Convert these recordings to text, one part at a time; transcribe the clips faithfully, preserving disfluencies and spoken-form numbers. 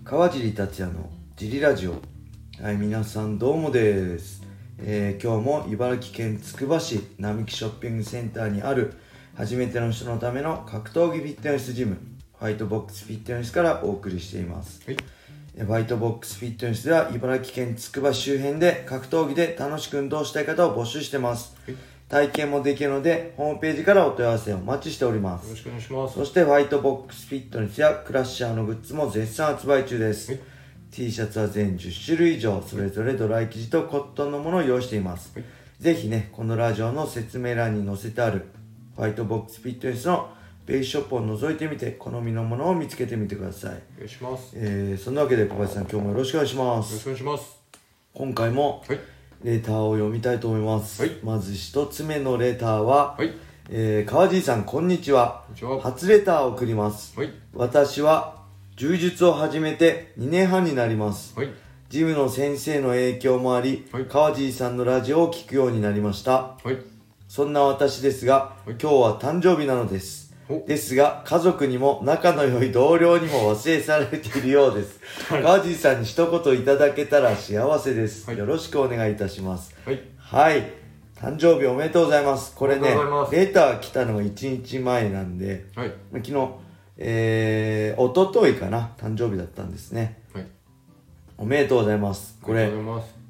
川尻達也のジリラジオ。はい、皆さんどうもです、えー、今日も茨城県つくば市並木ショッピングセンターにある初めての人のための格闘技フィットネスジム、ファイトボックスフィットネスからお送りしています、はい、ファイトボックスフィットネスでは茨城県つくば周辺で格闘技で楽しく運動したい方を募集してます、はい、体験もできるのでホームページからお問い合わせをお待ちしております。 よろしくお願いします。 そしてファイトボックスフィットネスやクラッシャーのグッズも絶賛発売中です、はい、T シャツは全じゅっしゅるい以上、それぞれドライ生地とコットンのものを用意しています、はい、ぜひね、このラジオの説明欄に載せてあるファイトボックスフィットネスのベースショップを覗いてみて好みのものを見つけてみてください。 お願いします。 えー、そんなわけで小林さん、今日もよろしくお願いします。 よろしくお願いします。 今回もレーターを読みたいと思います、はい、まず一つ目のレーターは、はい、えー、川尻さんこんにちは。 こんにちは。 初レターを送ります、はい、私は柔術を始めてにねんはんになります、はい、ジムの先生の影響もあり、はい、川尻さんのラジオを聞くようになりました、はい、そんな私ですが、はい、今日は誕生日なのです。ですが家族にも仲の良い同僚にも忘れ去られているようです、はい、川尻さんに一言いただけたら幸せです、はい、よろしくお願いいたします。はい、はい、誕生日おめでとうございます。これね、レーター来たのがいちにちまえなんで、はい、昨日、えー、一昨日かな、誕生日だったんですね、はい、おめでとうございます。これ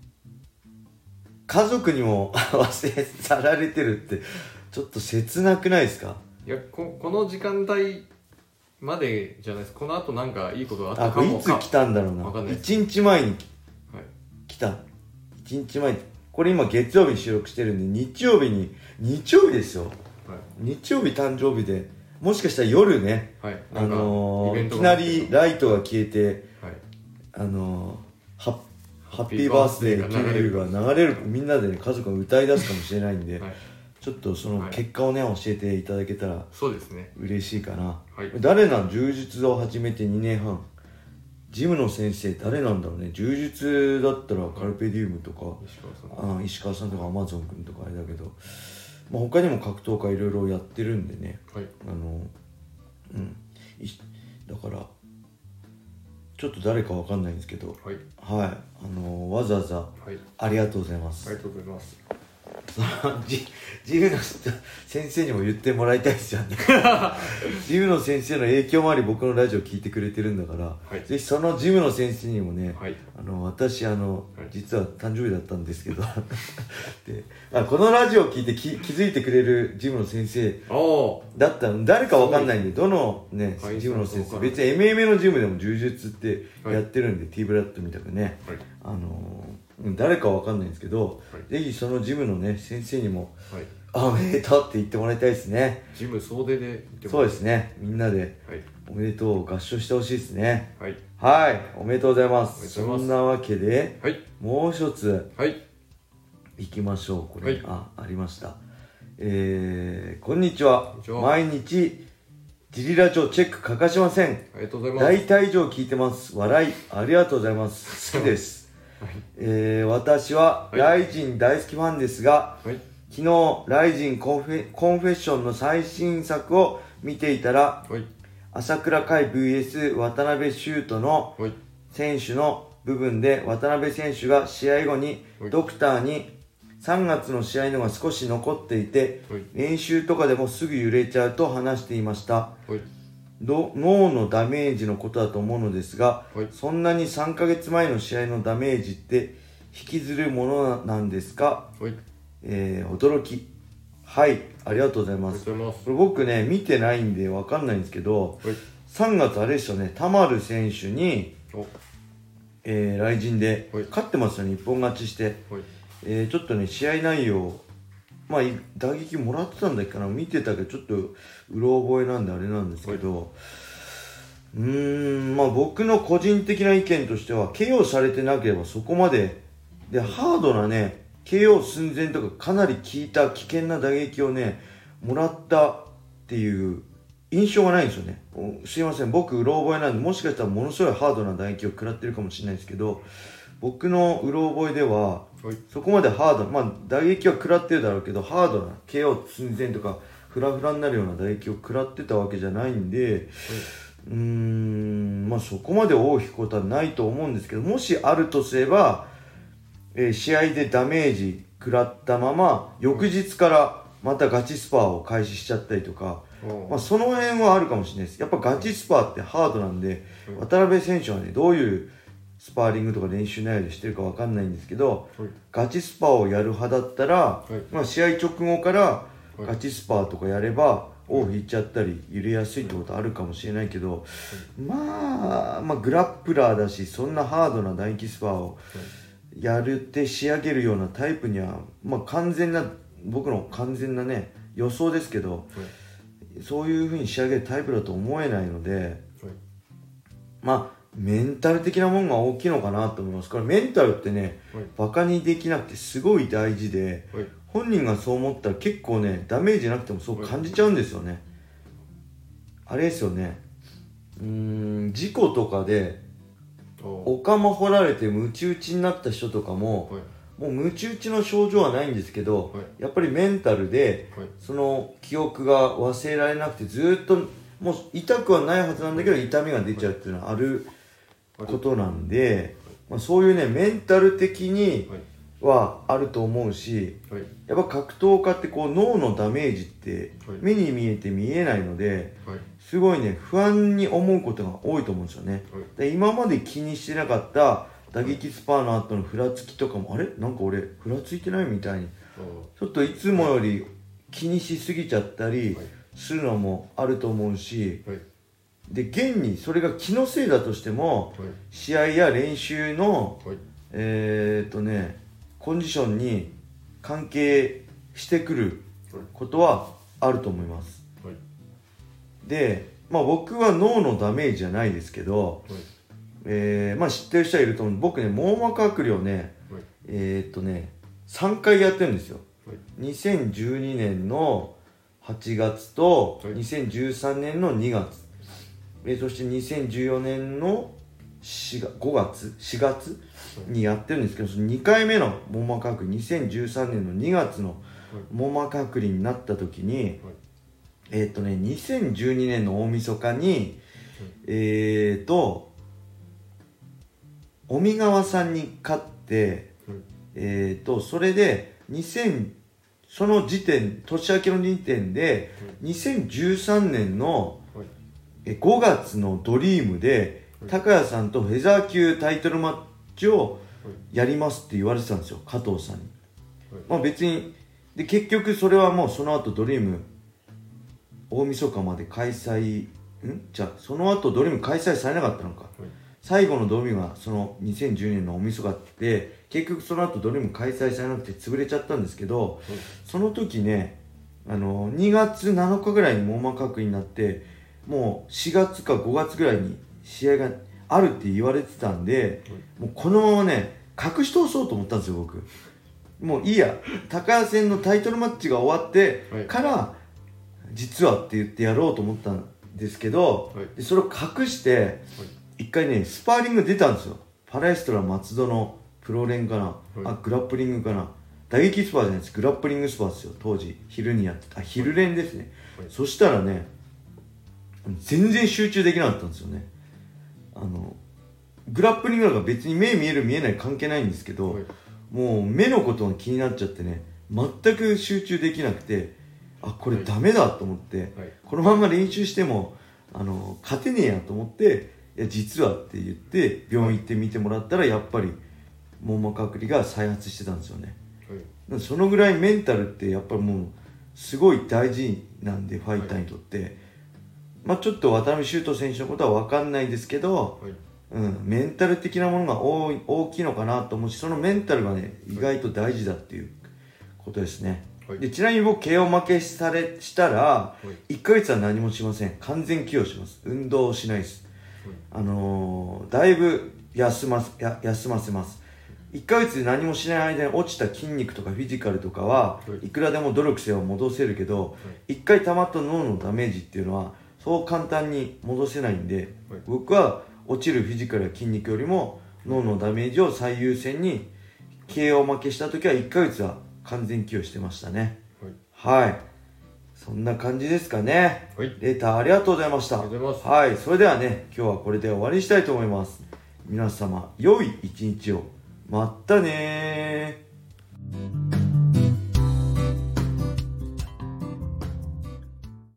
家族にも忘れ去られてるってちょっと切なくないですか？ いや こ, この時間帯までじゃないです。この後なんかいいことがあったかもか。 いつ来たんだろうな。いちにちまえに来た、はい、いちにちまえに。これ今月曜日に収録してるんで、日曜日に日曜日ですよ、はい、日曜日誕生日で、もしかしたら夜ね、はい、あのー、いきなりライトが消えて、はい、あのー、ハ, ハッピーバースデーキューが流れる、みんなで、ね、家族が歌い出すかもしれないんで、はい、ちょっとその結果をね、はい、教えていただけたらそうですね、嬉しいかな、はい、誰なん？柔術を始めてにねんはん、ジムの先生誰なんだろうね。柔術だったらカルペディウムとか、はい、石川さん、あ、石川さんとかアマゾン君とかあれだけど、まあ、他にも格闘家いろいろやってるんでね、はい、あのうんだからちょっと誰かわかんないんですけど、はい、はい、あのわざわざありがとうございます。 ありがとうございます。 そのジ, ジムの先生にも言ってもらいたいですよねジムの先生の影響もあり僕のラジオ聞いてくれてるんだから、はい、ぜひそのジムの先生にもね、はい、あの私あの、はい、実は誕生日だったんですけどであこのラジオを聞いて 気, 気づいてくれるジムの先生だったの誰かわかんないんで、どのね、はい、ジムの先生、別に エムエムエー のジムでも柔術ってやってるんで、はい、T ブラッドみたくね、はい、あのー誰かわかんないんですけど、はい、ぜひそのジムのね先生にも、はい、あおめでとうって言ってもらいたいですね。 ジム総出で言ってもらいたい。そうですね、みんなで、はい、おめでとうを合唱してほしいですね。はい、はい、おめでとうございます。そんなわけで、はい、もう一つ、はい、いきましょう。これ、はい、あ、ありました。えー、こんにちは。毎日ジリラジオチェック欠かしません。 ありがとうございます。 大体以上聞いてます。笑いありがとうございます。好きですはい、えー、私はライジン大好きファンですが、はい、昨日ライジンコンフェ、コンフェッションの最新作を見ていたら、はい、朝倉海 ブイエス 渡辺修斗の選手の部分で渡辺選手が試合後にドクターにさんがつの試合のが少し残っていて、はい、練習とかでもすぐ揺れちゃうと話していました、はい脳のダメージのことだと思うのですが、はい、そんなにさんかげつまえの試合のダメージって引きずるものなんですか、はいえー、驚き。はいありがとうございます。これ僕ね見てないんでわかんないんですけど、はい、さんがつあれですよね、田丸選手に、えー、ライジンで勝ってますよね、一本勝ちして、はいえー、ちょっとね試合内容まあ打撃もらってたんだっけかな、見てたけどちょっとうろ覚えなんであれなんですけど、はい、うーんまあ僕の個人的な意見としては ケーオー されてなければそこまででハードなね ケーオー 寸前とかかなり効いた危険な打撃をねもらったっていう印象がないんですよね。すいません、僕うろ覚えなんでもしかしたらものすごいハードな打撃を食らってるかもしれないですけど、僕のうろ覚えでは、はい、そこまでハード、まあ打撃は食らってるだろうけどハードな ケーオー 寸前とかフラフラになるような打撃を食らってたわけじゃないんで、はい、 うーんまあそこまで大きくことはないと思うんですけど、もしあるとすれば、えー、試合でダメージ食らったまま翌日からまたガチスパーを開始しちゃったりとか、まあ、その辺はあるかもしれないです。やっぱガチスパーってハードなんで、渡辺選手はねどういうスパーリングとか練習内容でしてるか分かんないんですけど、ガチスパーをやる派だったら、まあ、試合直後からガチスパーとかやれば尾を引いちゃったり揺れやすいってことあるかもしれないけど、まあ、まあグラップラーだし、そんなハードな大キスパーをやるって仕上げるようなタイプには、まあ完全な僕の完全なね予想ですけど、そういう風に仕上げるタイプだと思えないので、まあメンタル的なものが大きいのかなと思います。これメンタルってね、バカにできなくてすごい大事で、本人がそう思ったら結構ねダメージなくてもそう感じちゃうんですよね。あれですよね、うーん事故とかでお釜掘られてムチ打ちになった人とかも、もうムチ打ちの症状はないんですけど、やっぱりメンタルでその記憶が忘れられなくて、ずっともう痛くはないはずなんだけど痛みが出ちゃうっていうのはあることなんで、まあ、そういうねメンタル的にはあると思うし、やっぱ格闘家ってこう脳のダメージって目に見えて見えないので、すごいね不安に思うことが多いと思うんですよね。で今まで気にしてなかった打撃スパーの後のふらつきとかも、あれなんか俺ふらついてないみたいにちょっといつもより気にしすぎちゃったりするのもあると思うし、で現にそれが気のせいだとしても、試合や練習のえーっとねコンディションに関係してくることはあると思います。で、まあ、僕は脳のダメージじゃないですけど、えーまあ、知ってる人はいると思う。僕ね網膜剥離をねえーっとねさんかいやってるんですよ。にせんじゅうにねんのはちがつとにせんじゅうさんねんのにがつ、えー、そしてにせんじゅうよねんのごがつしがつにやってるんですけど、そのにかいめの網膜剥離、にせんじゅうさんねんのにがつの網膜剥離になった時に、えーっとねにせんじゅうにねんの大晦日にえーっと尾身川さんに勝って、えーとそれでにせんその時点年明けの時点でにせんじゅうさんねんのごがつのドリームで高谷さんとフェザー級タイトルマッチをやりますって言われてたんですよ、加藤さんに。まあ別にで結局それはもうその後ドリーム大晦日まで開催んじゃあその後ドリーム開催されなかったのか、最後のドリームがそのにせんじゅうねんの大晦日って結局その後ドリーム開催されなくて潰れちゃったんですけど、その時ねあのにがつなのかぐらいに網膜剥離になって、もうしがつかごがつぐらいに試合があるって言われてたんで、もうこのままね隠し通そうと思ったんですよ僕。もういいや、高谷戦のタイトルマッチが終わってから実はって言ってやろうと思ったんですけど、でそれを隠して一回ねスパーリング出たんですよ。パラエストラ松戸のプロ練かな、あグラップリングかな、打撃スパーじゃないです、グラップリングスパーですよ。当時昼にやってた、あ昼練ですね。そしたらね全然集中できなかったんですよね。あのグラップリングなんか別に目見える見えない関係ないんですけど、もう目のことが気になっちゃってね全く集中できなくて、あこれダメだと思って、このまま練習してもあの勝てねえやと思って、いや実はって言って病院行って見てもらったらやっぱり網膜剥離が再発してたんですよね。そのぐらいメンタルってやっぱりもうすごい大事なんで、ファイターにとって、まあちょっと渡辺修斗選手のことは分かんないですけど、うん、メンタル的なものが大い大きいのかなと思うし、そのメンタルがね意外と大事だっていうことですね。でちなみに僕 ケーオー 負けされしたらいっかげつは何もしません。完全休養します。運動をしないです。あのー、だいぶ休まや休ませます。いっかげつで何もしない間に落ちた筋肉とかフィジカルとかはいくらでも努力すれば戻せるけど、いっかい溜まった脳のダメージっていうのはそう簡単に戻せないんで、僕は落ちるフィジカルや筋肉よりも脳のダメージを最優先に ケーオー 負けした時はいっかげつは完全休養してましたね。はい、さそんな感じですかね。 はい。 レターありがとうございました。 ありがとうございます。 はい。それではね、今日はこれで終わりにしたいと思います。皆様、良い一日を。まったねー。